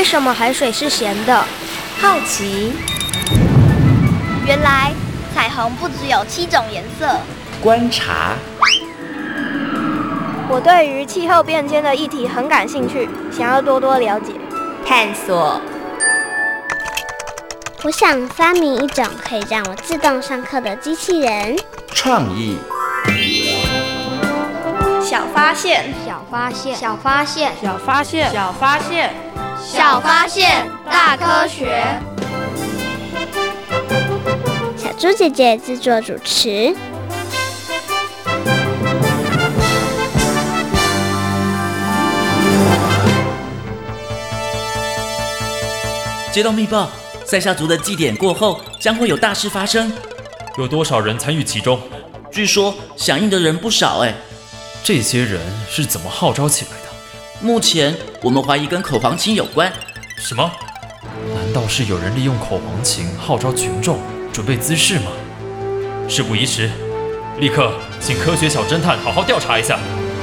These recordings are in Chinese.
为什么海水是咸的？ 好奇。 原来彩虹不只有7种颜色。 观察。 我对于气候变迁的议题很感兴趣，想要多多了解。 探索。 我想发明一种可以让我自动上课的机器人。 创意。 小发现， 小发现，小发现， 小发现，小发现， 小发现，大科学。 小猪姐姐制作主持。 接到密报，赛夏族的祭典过后将会有大事发生。 有多少人参与其中？ 据说响应的人不少哎。 这些人是怎么号召起来的？ 目前我们怀疑跟口簧琴有关。 什么？难道是有人利用口簧琴号召群众，准备滋事吗？事不宜迟，立刻请科学小侦探好好调查一下。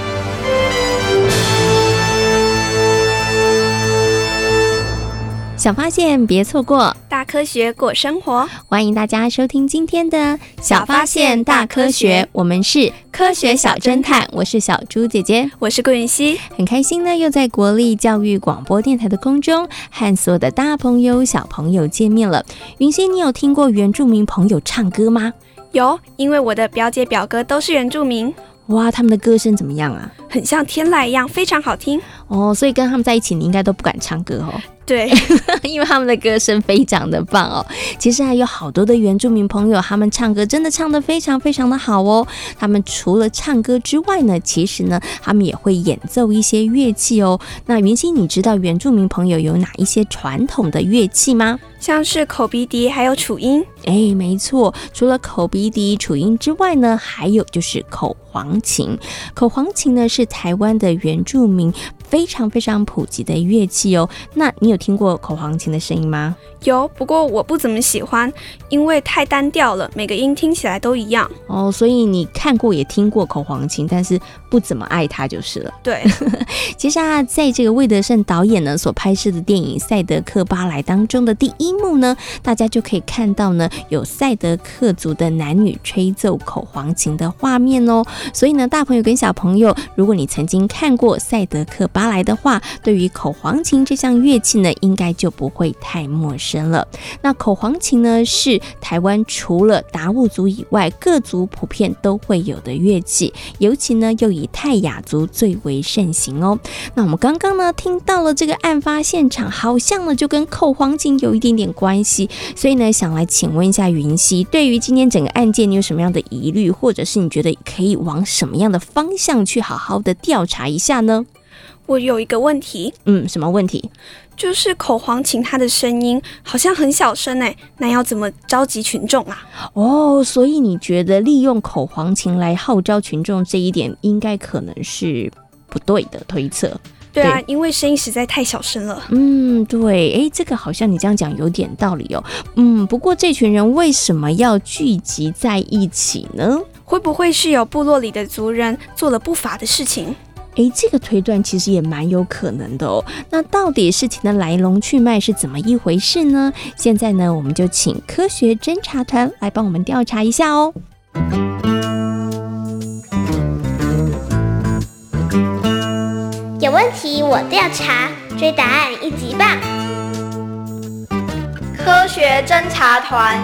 小发现别错过， 大科学过生活。 欢迎大家收听今天的小发现大科学，我们是科学小侦探，我是小猪姐姐， 我是顾云熙。 很开心呢，又在国立教育广播电台的空中和所有的大朋友小朋友见面了。云熙，你有听过原住民朋友唱歌吗？ 有，因为我的表姐表哥都是原住民。 哇，他们的歌声怎么样啊？ 很像天籁一样，非常好听哦。所以跟他们在一起，你应该都不敢唱歌哦。 对， 因为他们的歌声非常的棒哦。其实还有好多的原住民朋友，他们唱歌真的唱得非常非常的好哦。他们除了唱歌之外呢，其实呢，他们也会演奏一些乐器哦。那云熙，你知道原住民朋友有哪一些传统的乐器吗？ 像是口鼻笛还有楚音。 没错，除了口鼻笛、楚音之外呢，还有就是口簧琴。口簧琴呢是台湾的原住民非常非常普及的乐器哦。那你有听过口簧琴的声音吗？ 有，不过我不怎么喜欢，因为太单调了，每个音听起来都一样。 哦，所以你看过也听过口簧琴，但是不怎么爱它就是了。 对， 其实啊，在这个魏德圣导演呢所拍摄的电影《赛德克巴莱》当中的第一幕呢，大家就可以看到呢，有赛德克族的男女吹奏口簧琴的画面哦。所以呢，大朋友跟小朋友，如果你曾经看过《赛德克巴莱》的话，对于口簧琴这项乐器呢，应该就不会太陌生了。那口簧琴呢，是台湾除了达悟族以外，各族普遍都会有的乐器，尤其呢，又以泰雅族最为盛行哦。那我们刚刚呢，听到了这个案发现场，好像呢，就跟口簧琴有一点点关系，所以呢，想来请问一下云熙，对于今天整个案件，你有什么样的疑虑，或者是你觉得可以往什么样的方向去好好的调查一下呢？ 我有一个问题。 什么问题？ 就是口簧琴它的声音好像很小声哎，那要怎么召集群众啊？ 哦，所以你觉得利用口簧琴来号召群众这一点，应该可能是不对的推测。 对啊，因为声音实在太小声了。 对，这个好像你这样讲有点道理哦。不过这群人为什么要聚集在一起呢？ 会不会是有部落里的族人做了不法的事情？ 这个推断其实也蛮有可能的哦。那到底事情的来龙去脉是怎么一回事呢？现在呢，我们就请科学侦查团来帮我们调查一下哦。 有问题我调查，追答案1级棒！ 科学侦查团。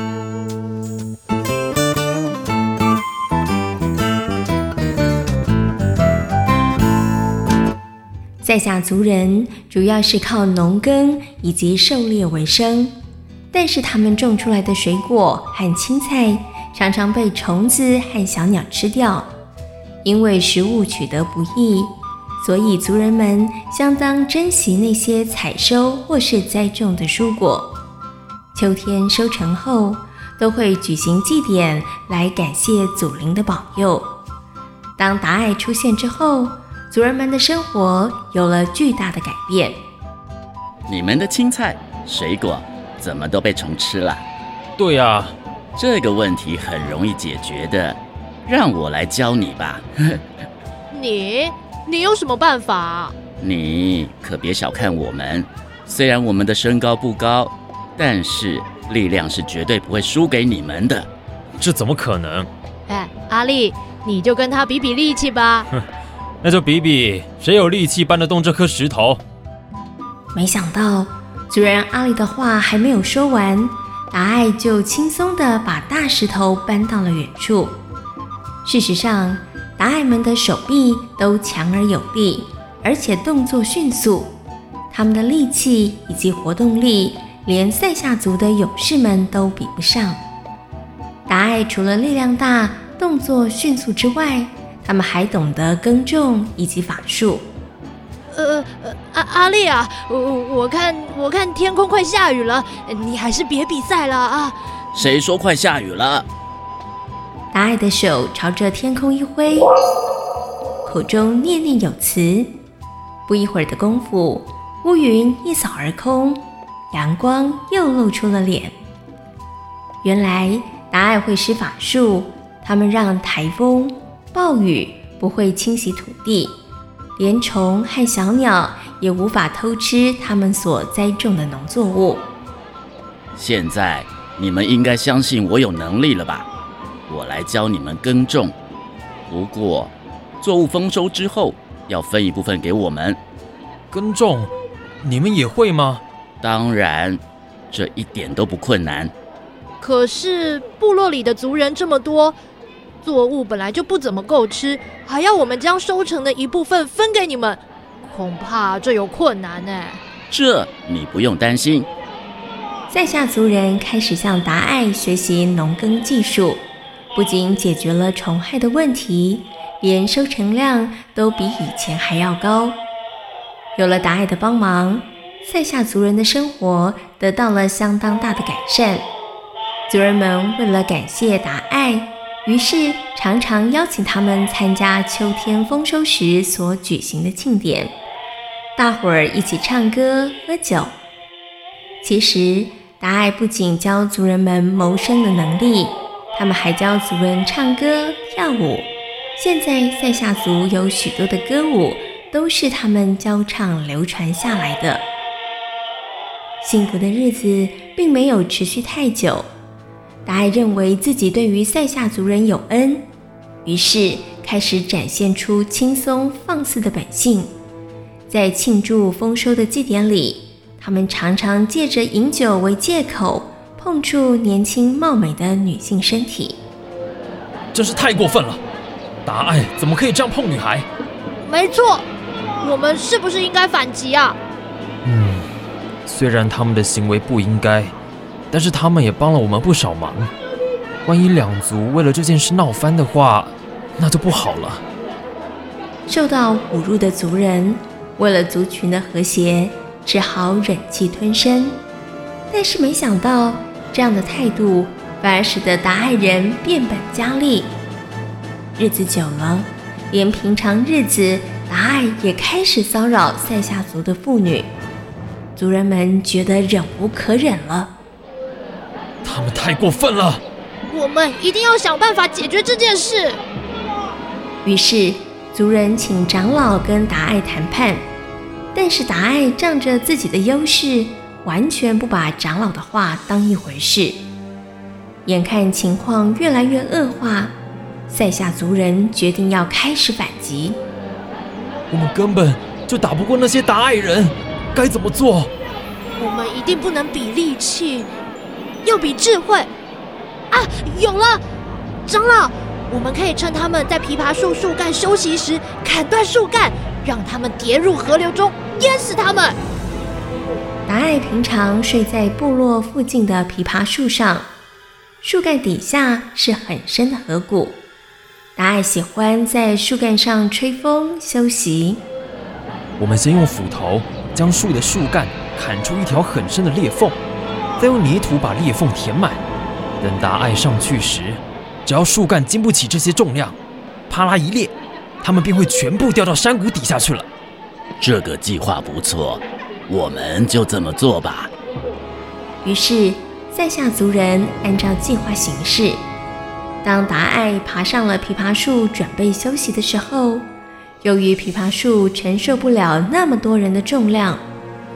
赛夏族人主要是靠农耕以及狩猎为生，但是他们种出来的水果和青菜常常被虫子和小鸟吃掉。因为食物取得不易，所以族人们相当珍惜那些采收或是栽种的蔬果。秋天收成后，都会举行祭典来感谢祖灵的保佑。当达爱出现之后，族人们的生活有了巨大的改变。 你们的青菜、水果怎么都被虫吃了？ 对啊， 这个问题很容易解决的，让我来教你吧。 你有什么办法？ 你可别小看我们， 虽然我们的身高不高，但是力量是绝对不会输给你们的。 这怎么可能？ 阿力，你就跟他比比力气吧。 那就比比谁有力气搬得动这颗石头。 没想到主人阿力的话还没有说完，达爱就轻松地把大石头搬到了远处。事实上，达爱们的手臂都强而有力，而且动作迅速，他们的力气以及活动力连塞夏族的勇士们都比不上。达爱除了力量大、动作迅速之外，他们还懂得耕种以及法术。 阿力啊，我看天空快下雨了，你还是别比赛了啊！ 谁说快下雨了？ 达爱的手朝着天空一挥，口中念念有词。不一会儿的功夫，乌云一扫而空，阳光又露出了脸。原来达爱会施法术，他们让台风、暴雨不会侵袭土地，连虫和小鸟也无法偷吃他们所栽种的农作物。 现在你们应该相信我有能力了吧？我来教你们耕种，不过作物丰收之后要分一部分给我们。 耕种，你们也会吗？ 当然，这一点都不困难。 可是部落里的族人这么多，作物本来就不怎么够吃，还要我们将收成的一部分分给你们，恐怕这有困难呢。 这你不用担心。 塞夏族人开始向达爱学习农耕技术，不仅解决了虫害的问题，连收成量都比以前还要高。有了达爱的帮忙，塞夏族人的生活得到了相当大的改善。族人们为了感谢达爱，于是常常邀请他们参加秋天丰收时所举行的庆典，大伙儿一起唱歌喝酒。其实达爱不仅教族人们谋生的能力，他们还教族人唱歌跳舞。现在塞夏族有许多的歌舞都是他们教唱流传下来的。幸福的日子并没有持续太久，达爱认为自己对于塞夏族人有恩，于是开始展现出轻松放肆的本性。在庆祝丰收的祭典里，他们常常借着饮酒为借口，碰触年轻貌美的女性身体。 真是太过分了！达爱怎么可以这样碰女孩？ 没错，我们是不是应该反击啊？ 虽然他们的行为不应该，但是他们也帮了我们不少忙。万一两族为了这件事闹翻的话，那就不好了。 受到侮辱的族人为了族群的和谐，只好忍气吞声。但是没想到，这样的态度反而使得达爱人变本加厉。日子久了，连平常日子达爱也开始骚扰塞夏族的妇女。族人们觉得忍无可忍了。 他们太过分了， 我们一定要想办法解决这件事。 于是族人请长老跟达爱谈判，但是达爱仗着自己的优势，完全不把长老的话当一回事。眼看情况越来越恶化，塞夏族人决定要开始反击。 我们根本就打不过那些达爱人，该怎么做？ 我们一定不能比力气，要比智慧。啊，有了！长老，我们可以趁他们在枇杷树树干休息时砍断树干，让他们跌入河流中，淹死他们。 达爱平常睡在部落附近的枇杷树上，树干底下是很深的河谷。达爱喜欢在树干上吹风休息。 我们先用斧头将树的树干砍出一条很深的裂缝，再用泥土把裂缝填满。等达爱上去时，只要树干经不起这些重量，啪啦一裂，它们便会全部掉到山谷底下去了。 这个计划不错，我们就这么做吧。 于是塞夏族人按照计划行事。当达爱爬上了枇杷树准备休息的时候，由于枇杷树承受不了那么多人的重量，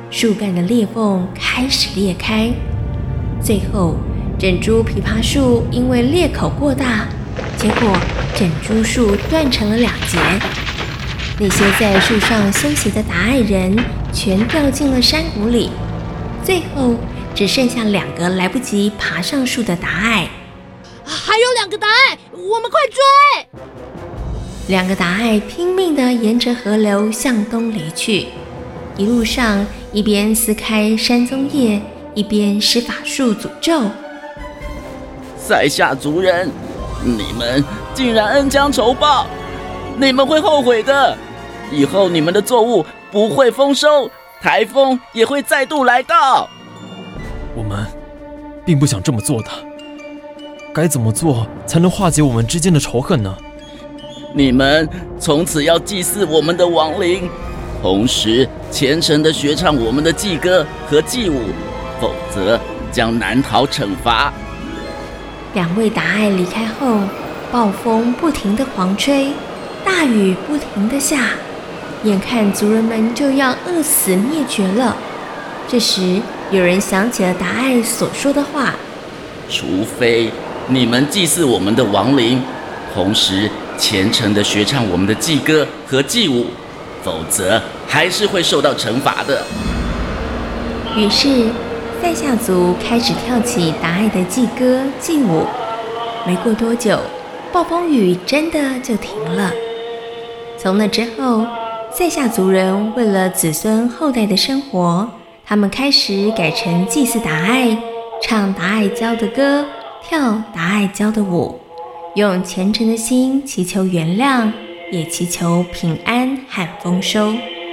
树干的裂缝开始裂开，最后整株枇杷树因为裂口过大，结果整株树断成了2截。那些在树上休息的达爱人全掉进了山谷里，最后只剩下2个来不及爬上树的达爱。 还有2个达爱，我们快追 ！2个达爱拼命地沿着河流向东离去，一路上一边撕开山棕叶，一边施法术诅咒。 塞夏族人，你们竟然恩将仇报，你们会后悔的。以后你们的作物不会丰收，台风也会再度来到。 我们并不想这么做的，该怎么做才能化解我们之间的仇恨呢？ 你们从此要祭祀我们的亡灵，同时虔诚地学唱我们的祭歌和祭舞，否则将难逃惩罚。 2位达爱离开后，暴风不停地狂吹，大雨不停地下，眼看族人们就要饿死灭绝了。这时有人想起了达爱所说的话， 除非你们祭祀我们的亡灵，同时虔诚地学唱我们的祭歌和祭舞，否则还是会受到惩罚的。 于是塞夏族开始跳起达爱的祭歌祭舞，没过多久，暴风雨真的就停了。从那之后，塞夏族人为了子孙后代的生活，他们开始改成祭祀达爱，唱达爱教的歌，跳达爱教的舞，用虔诚的心祈求原谅，也祈求平安和丰收。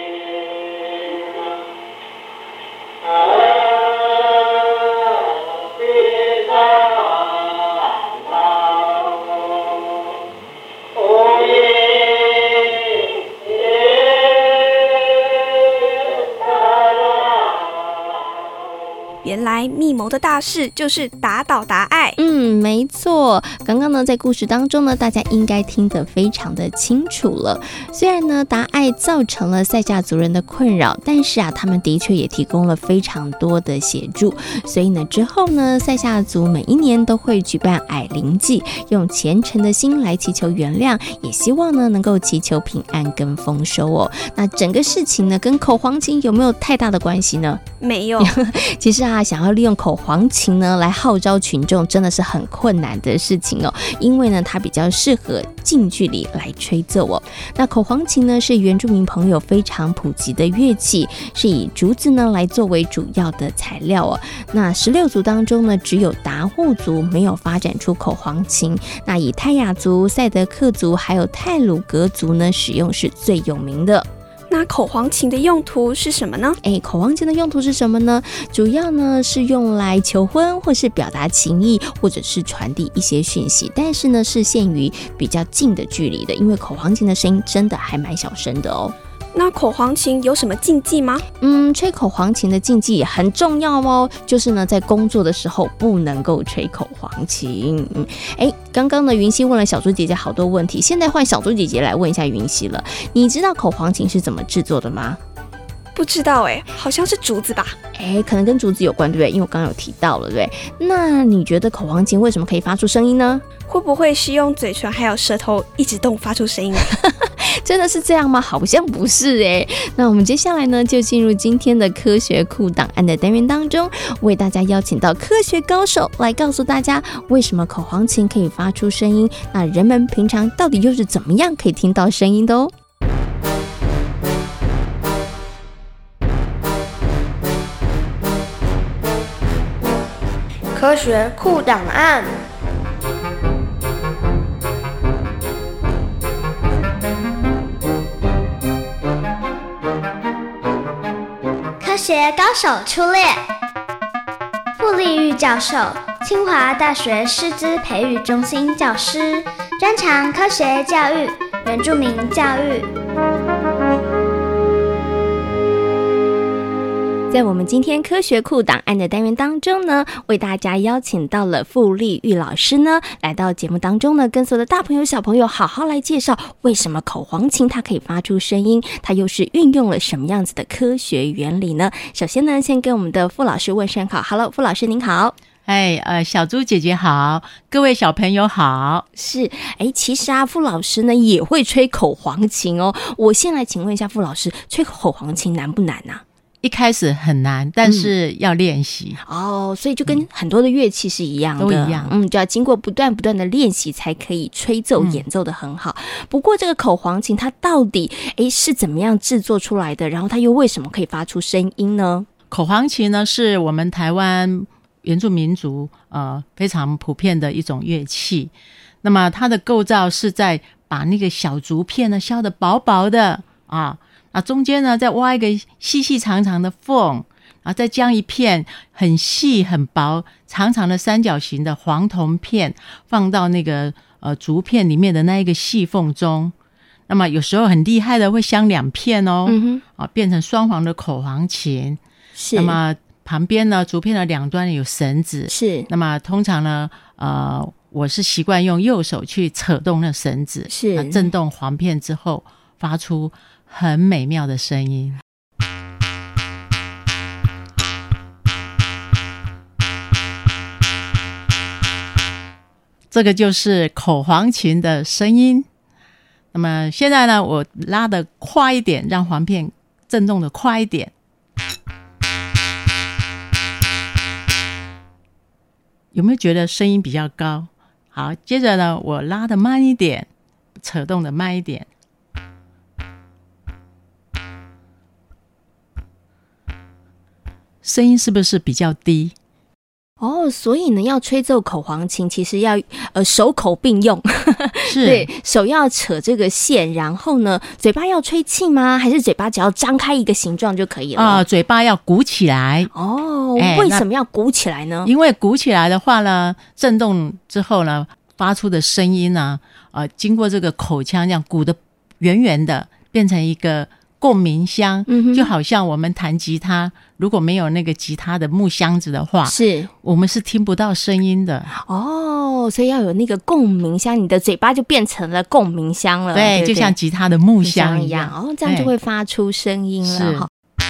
原来密谋的大事就是打倒达爱。 没错。刚刚呢，在故事当中呢，大家应该听得非常的清楚了。虽然呢，达爱造成了塞夏族人的困扰，但是啊，他们的确也提供了非常多的协助。所以呢，之后呢，塞夏族每一年都会举办矮灵祭，用虔诚的心来祈求原谅，也希望呢能够祈求平安跟丰收哦。那整个事情呢，跟口簧琴有没有太大的关系呢？ 没有。 其实啊，想要利用口簧琴呢来号召群众，真的是很困难的事情哦。因为呢，它比较适合近距离来吹奏哦。那口簧琴呢，是原住民朋友非常普及的乐器，是以竹子呢来作为主要的材料哦。那16族当中呢，只有达户族没有发展出口簧琴。那以泰雅族、赛德克族还有太鲁阁族呢，使用是最有名的。 那口簧琴的用途是什么呢？ 口簧琴的用途是什么呢？主要呢是用来求婚，或是表达情意，或者是传递一些讯息，但是呢是限于比较近的距离的，因为口簧琴的声音真的还蛮小声的哦。 那口簧琴有什么禁忌吗？ 吹口簧琴的禁忌也很重要哦，就是呢，在工作的时候不能够吹口簧琴。刚刚呢，云溪问了小猪姐姐好多问题，现在换小猪姐姐来问一下云溪了。你知道口簧琴是怎么制作的吗？ 不知道好像是竹子吧？ 可能跟竹子有关，对不对？因为我刚刚有提到了，对不对？那你觉得口簧琴为什么可以发出声音呢？ 会不会是用嘴唇还有舌头一直动发出声音？ 真的是这样吗？好像不是那我们接下来呢，就进入今天的科学库档案的单元当中，为大家邀请到科学高手来告诉大家，为什么口簧琴可以发出声音？那人们平常到底又是怎么样可以听到声音的哦？ 科学库档案。 科学高手出列，傅立玉教授，清华大学师资培育中心教师，专长科学教育、原住民教育。 在我们今天科学库档案的单元当中呢，为大家邀请到了傅丽玉老师呢，来到节目当中呢，跟所有的大朋友小朋友好好来介绍为什么口簧琴它可以发出声音，它又是运用了什么样子的科学原理呢？首先呢，先跟我们的傅老师问声好。 Hello， 傅老师您好。 小猪姐姐好，各位小朋友好。 是，其实啊，傅老师呢也会吹口簧琴哦。我先来请问一下傅老师，吹口簧琴难不难啊？ 一开始很难，但是要练习。 所以就跟很多的乐器是一样的， 都一样。 就要经过不断的练习，才可以吹奏演奏的很好。不过这个口簧琴它到底是怎么样制作出来的？然后它又为什么可以发出声音呢？ 口簧琴呢，是我们台湾原住民族非常普遍的一种乐器。那么它的构造是在把那个小竹片呢削得薄薄的中间呢再挖一个细细长长的缝，然后再将一片很细很薄长长的三角形的黄铜片放到那个竹片里面的那一个细缝中。那么有时候很厉害的会镶2片变成双簧的口簧琴。是，那么旁边呢，竹片的两端有绳子。是，那么通常呢我是习惯用右手去扯动那绳子，是震动簧片之后发出很美妙的声音。这个就是口簧琴的声音。那么现在呢，我拉得快一点，让簧片震动的快一点。有没有觉得声音比较高？好，接着呢，我拉得慢一点，扯动的慢一点。声音是不是比较低？ 所以呢，要吹奏口簧琴，其实要手口并用，是对，手要扯这个线，然后呢，嘴巴要吹气吗？还是嘴巴只要张开一个形状就可以了？ 嘴巴要鼓起来。 为什么要鼓起来呢？ 因为鼓起来的话呢，震动之后呢，发出的声音呢，经过这个口腔这样鼓得圆圆的，变成一个共鸣箱，就好像我们弹吉他，如果没有那个吉他的木箱子的话，是我们是听不到声音的。 所以要有那个共鸣箱，你的嘴巴就变成了共鸣箱了。 对，就像吉他的木箱一样。 这样就会发出声音了。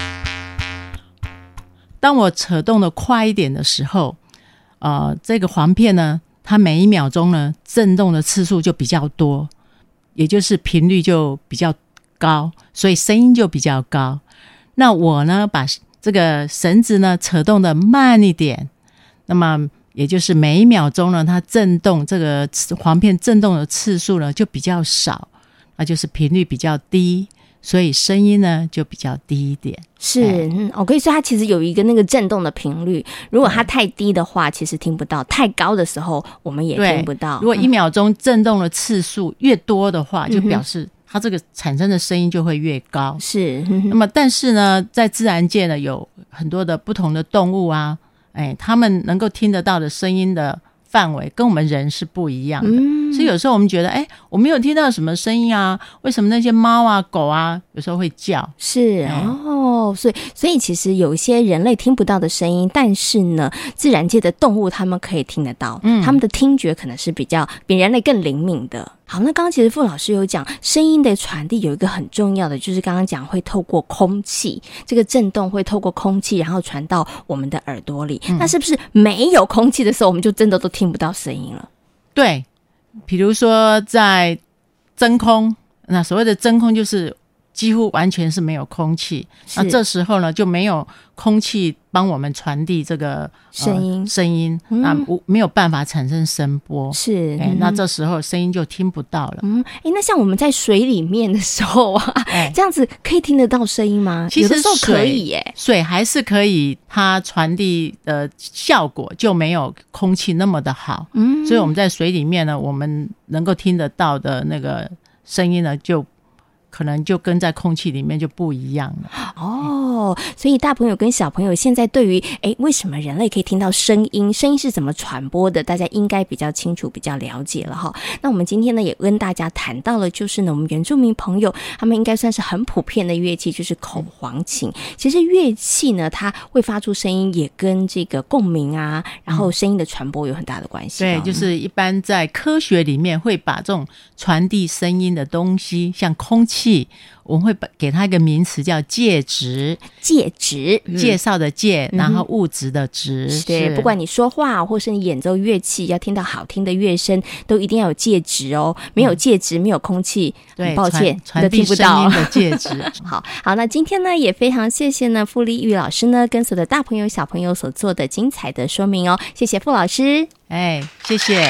当我扯动的快一点的时候，这个簧片呢，它每1秒钟呢震动的次数就比较多，也就是频率就比较高，所以声音就比较高。那我呢，把这个绳子呢扯动的慢一点，那么也就是每1秒钟呢，它震动这个簧片震动的次数呢就比较少，那就是频率比较低，所以声音呢就比较低一点。 是OK， 所以它其实有一个那个震动的频率，如果它太低的话其实听不到，太高的时候我们也听不到。 如果1秒钟震动的次数越多的话，就表示它这个产生的声音就会越高。是，那么但是呢，在自然界呢，有很多的不同的动物啊，他们能够听得到的声音的范围跟我们人是不一样的。所以有时候我们觉得我没有听到什么声音啊，为什么那些猫啊狗啊有时候会叫？ 是所以其实有一些人类听不到的声音，但是呢自然界的动物他们可以听得到，他们的听觉可能是比人类更灵敏的。好，那刚刚其实傅老师有讲声音的传递有一个很重要的，就是刚刚讲会透过空气，这个震动会透过空气然后传到我们的耳朵里。那是不是没有空气的时候我们就真的都听不到声音了？ 对，比如说在真空，那所谓的真空就是几乎完全是没有空气，那这时候呢就没有空气帮我们传递这个声音，那没有办法产生声波。是，那这时候声音就听不到了。 那像我们在水里面的时候啊，这样子可以听得到声音吗？ 其实有的时候可以水还是可以，它传递的效果就没有空气那么的好。所以我们在水里面呢，我们能够听得到的那个声音呢，就可能就跟在空气里面就不一样了。 哦，所以大朋友跟小朋友现在对于为什么人类可以听到声音是怎么传播的，大家应该比较清楚比较了解了哈。那我们今天呢也跟大家谈到了，就是呢我们原住民朋友他们应该算是很普遍的乐器，就是口簧琴。其实乐器呢它会发出声音，也跟这个共鸣啊，然后声音的传播有很大的关系。 对，就是一般在科学里面会把这种传递声音的东西，像空气，我们会给它一个名词叫介质。 介质， 介绍的介，然后物质的质。 对，不管你说话或是你演奏乐器，要听到好听的乐声，都一定要有介质哦。没有介质，没有空气，很抱歉， 传递声音的介质。 好，那今天呢也非常谢谢呢傅立玉老师呢跟所有的大朋友小朋友所做的精彩的说明哦，谢谢傅老师。 谢谢。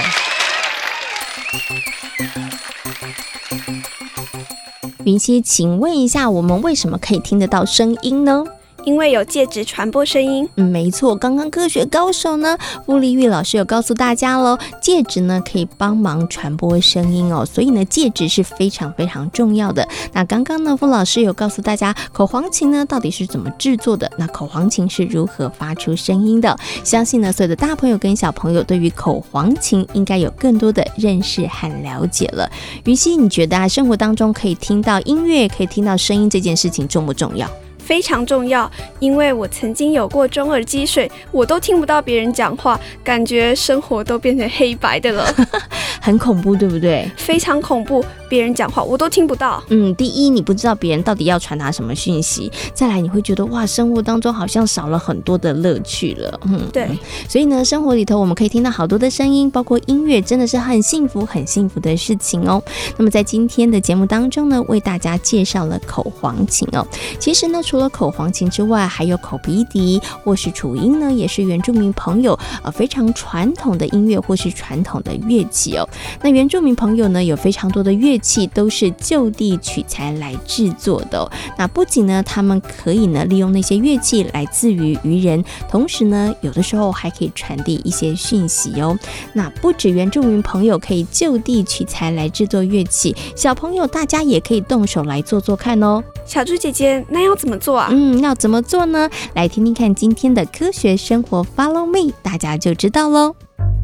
云溪，请问一下，我们为什么可以听得到声音呢？ 因为有介质传播声音。 没错，刚刚科学高手呢傅立玉老师有告诉大家咯，介质呢可以帮忙传播声音哦，所以呢介质是非常非常重要的。那刚刚呢傅老师有告诉大家口簧琴呢到底是怎么制作的，那口簧琴是如何发出声音的，相信呢所有的大朋友跟小朋友对于口簧琴应该有更多的认识和了解了。云溪，你觉得生活当中可以听到音乐，可以听到声音这件事情重不重要？ 非常重要，因为我曾经有过中耳积水，我都听不到别人讲话，感觉生活都变成黑白的了。 很恐怖，对不对？ 非常恐怖，别人讲话我都听不到。 第一你不知道别人到底要传达什么讯息，再来你会觉得哇，生活当中好像少了很多的乐趣了。 对， 所以呢生活里头我们可以听到好多的声音，包括音乐，真的是很幸福很幸福的事情哦。那么在今天的节目当中呢，为大家介绍了口簧琴哦。其实呢除了口簧琴之外，还有口鼻笛或是楚音呢，也是原住民朋友非常传统的音乐或是传统的乐器哦。那原住民朋友呢有非常多的乐器都是就地取材来制作的哦。那不仅呢他们可以呢利用那些乐器来自娱于人，同时呢有的时候还可以传递一些讯息哦。那不止原住民朋友可以就地取材来制作乐器，小朋友大家也可以动手来做做看哦。 小猪姐姐，那要怎么做啊？ 要怎么做呢？来听听看今天的科学生活 Follow Me， 大家就知道咯。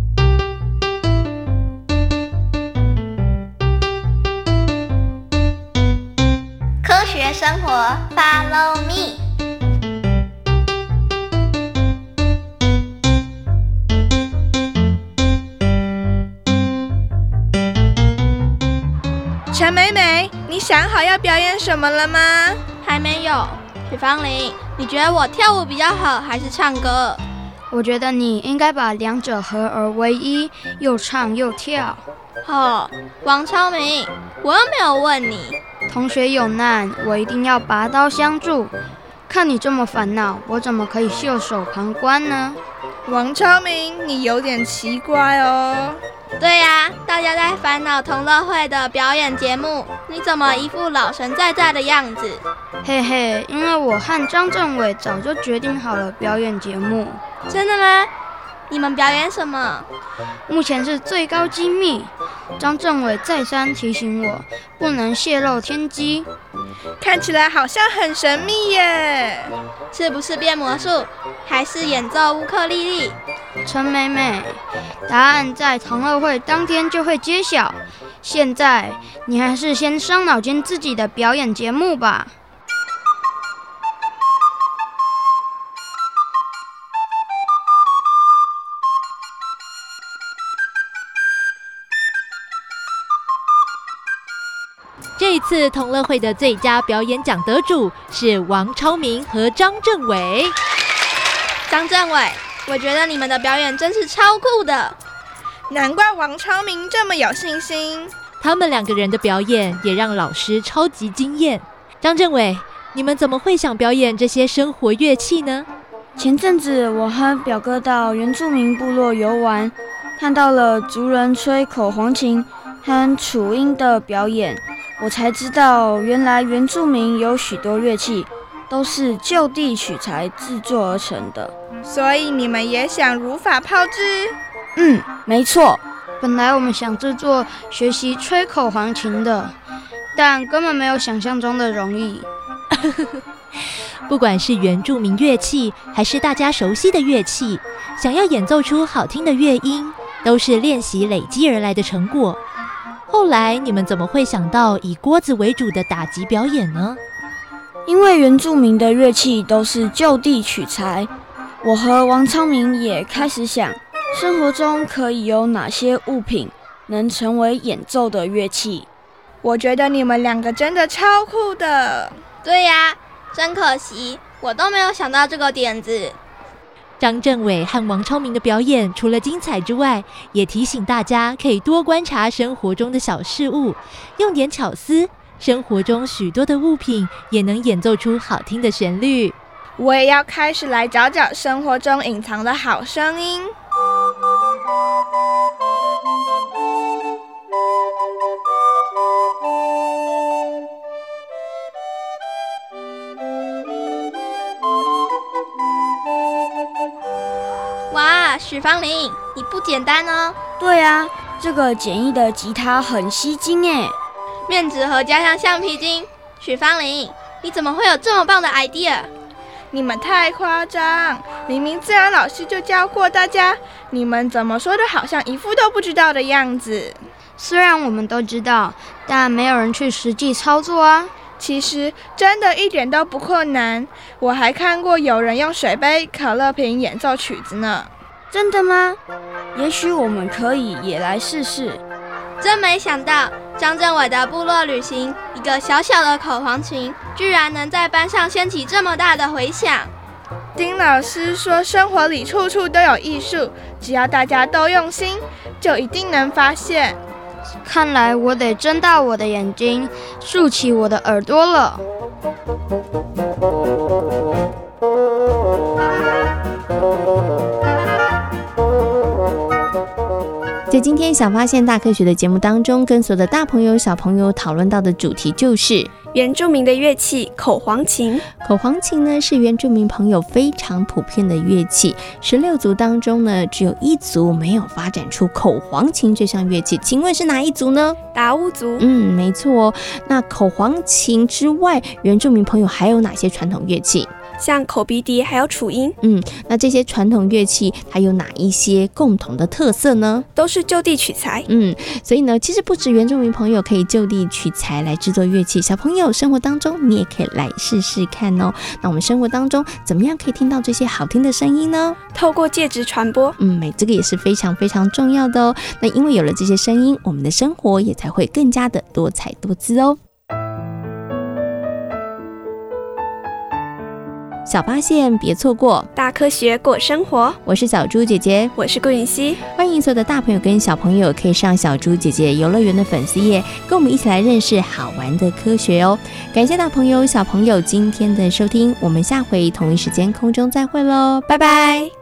科学生活 Follow Me。 陈美美，你想好要表演什么了吗？ 还没有。许芳玲，你觉得我跳舞比较好还是唱歌？ 我觉得你应该把两者合而为一，又唱又跳。 王超明，我又没有问你。 同学有难，我一定要拔刀相助。看你这么烦恼，我怎么可以袖手旁观呢？ 王超明，你有点奇怪哦。 对呀，大家在烦恼同乐会的表演节目，你怎么一副老神在在的样子？ 嘿嘿，因为我和张政委早就决定好了表演节目。 真的吗？你们表演什么？ 目前是最高机密，张政委再三提醒我不能泄露天机。 看起来好像很神秘耶， 是不是变魔术，还是演奏乌克丽丽？ 陈美美，答案在同乐会当天就会揭晓。现在你还是先伤脑筋自己的表演节目吧。 这一次同乐会的最佳表演奖得主是王超明和张政伟。 张政伟，我觉得你们的表演真是超酷的， 难怪王超明这么有信心。 他们两个人的表演也让老师超级惊艳。张政伟，你们怎么会想表演这些生活乐器呢？ 前阵子我和表哥到原住民部落游玩，看到了族人吹口簧琴和楚音的表演，我才知道原来原住民有许多乐器都是就地取材制作而成的。 所以你们也想如法炮制？ 没错。 本来我们想制作学习吹口簧琴的， 但根本没有想象中的容易。 不管是原住民乐器，还是大家熟悉的乐器，想要演奏出好听的乐音，都是练习累积而来的成果。后来你们怎么会想到以锅子为主的打击表演呢？ 因为原住民的乐器都是就地取材，我和王昌明也开始想，生活中可以有哪些物品能成为演奏的乐器。 我觉得你们两个真的超酷的。 对呀，真可惜，我都没有想到这个点子。 张政伟和王超明的表演除了精彩之外，也提醒大家可以多观察生活中的小事物，用点巧思，生活中许多的物品也能演奏出好听的旋律。 我也要开始来找找生活中隐藏的好声音。 哇，许芳玲，你不简单哦。 对啊，这个简易的吉他很吸睛耶。 面纸盒加上橡皮筋，许芳玲，你怎么会有这么棒的 idea？ 你们太夸张，明明自然老师就教过大家，你们怎么说的好像一副都不知道的样子。 虽然我们都知道，但没有人去实际操作啊。 其实真的一点都不困难，我还看过有人用水杯、可乐瓶演奏曲子呢。 真的吗？也许我们可以也来试试。 真没想到，张政伟的部落旅行，一个小小的口簧琴，居然能在班上掀起这么大的回响。 丁老师说，生活里处处都有艺术，只要大家都用心，就一定能发现。 看来我得睁大我的眼睛，竖起我的耳朵了。 在今天小发现大科学的节目当中，跟所有的大朋友小朋友讨论到的主题就是原住民的乐器口簧琴。 口簧琴呢是原住民朋友非常普遍的乐器，16族当中呢只有1族没有发展出口簧琴这项乐器，请问是哪一族呢？ 达悟族。 没错哦。那口簧琴之外，原住民朋友还有哪些传统乐器？ 像口鼻笛还有楚音。 那这些传统乐器还有哪一些共同的特色呢？ 都是就地取材。 所以呢，其实不止原住民朋友可以就地取材来制作乐器，小朋友生活当中你也可以来试试看哦。那我们生活当中怎么样可以听到这些好听的声音呢？ 透过介质传播。 这个也是非常非常重要的哦。那因为有了这些声音，我们的生活也才会更加的多彩多姿哦。小发现别错过， 大科学过生活。 我是小猪姐姐， 我是顾允熙。 欢迎所有的大朋友跟小朋友可以上小猪姐姐游乐园的粉丝页，跟我们一起来认识好玩的科学哦。感谢大朋友小朋友今天的收听，我们下回同一时间空中再会咯，拜拜。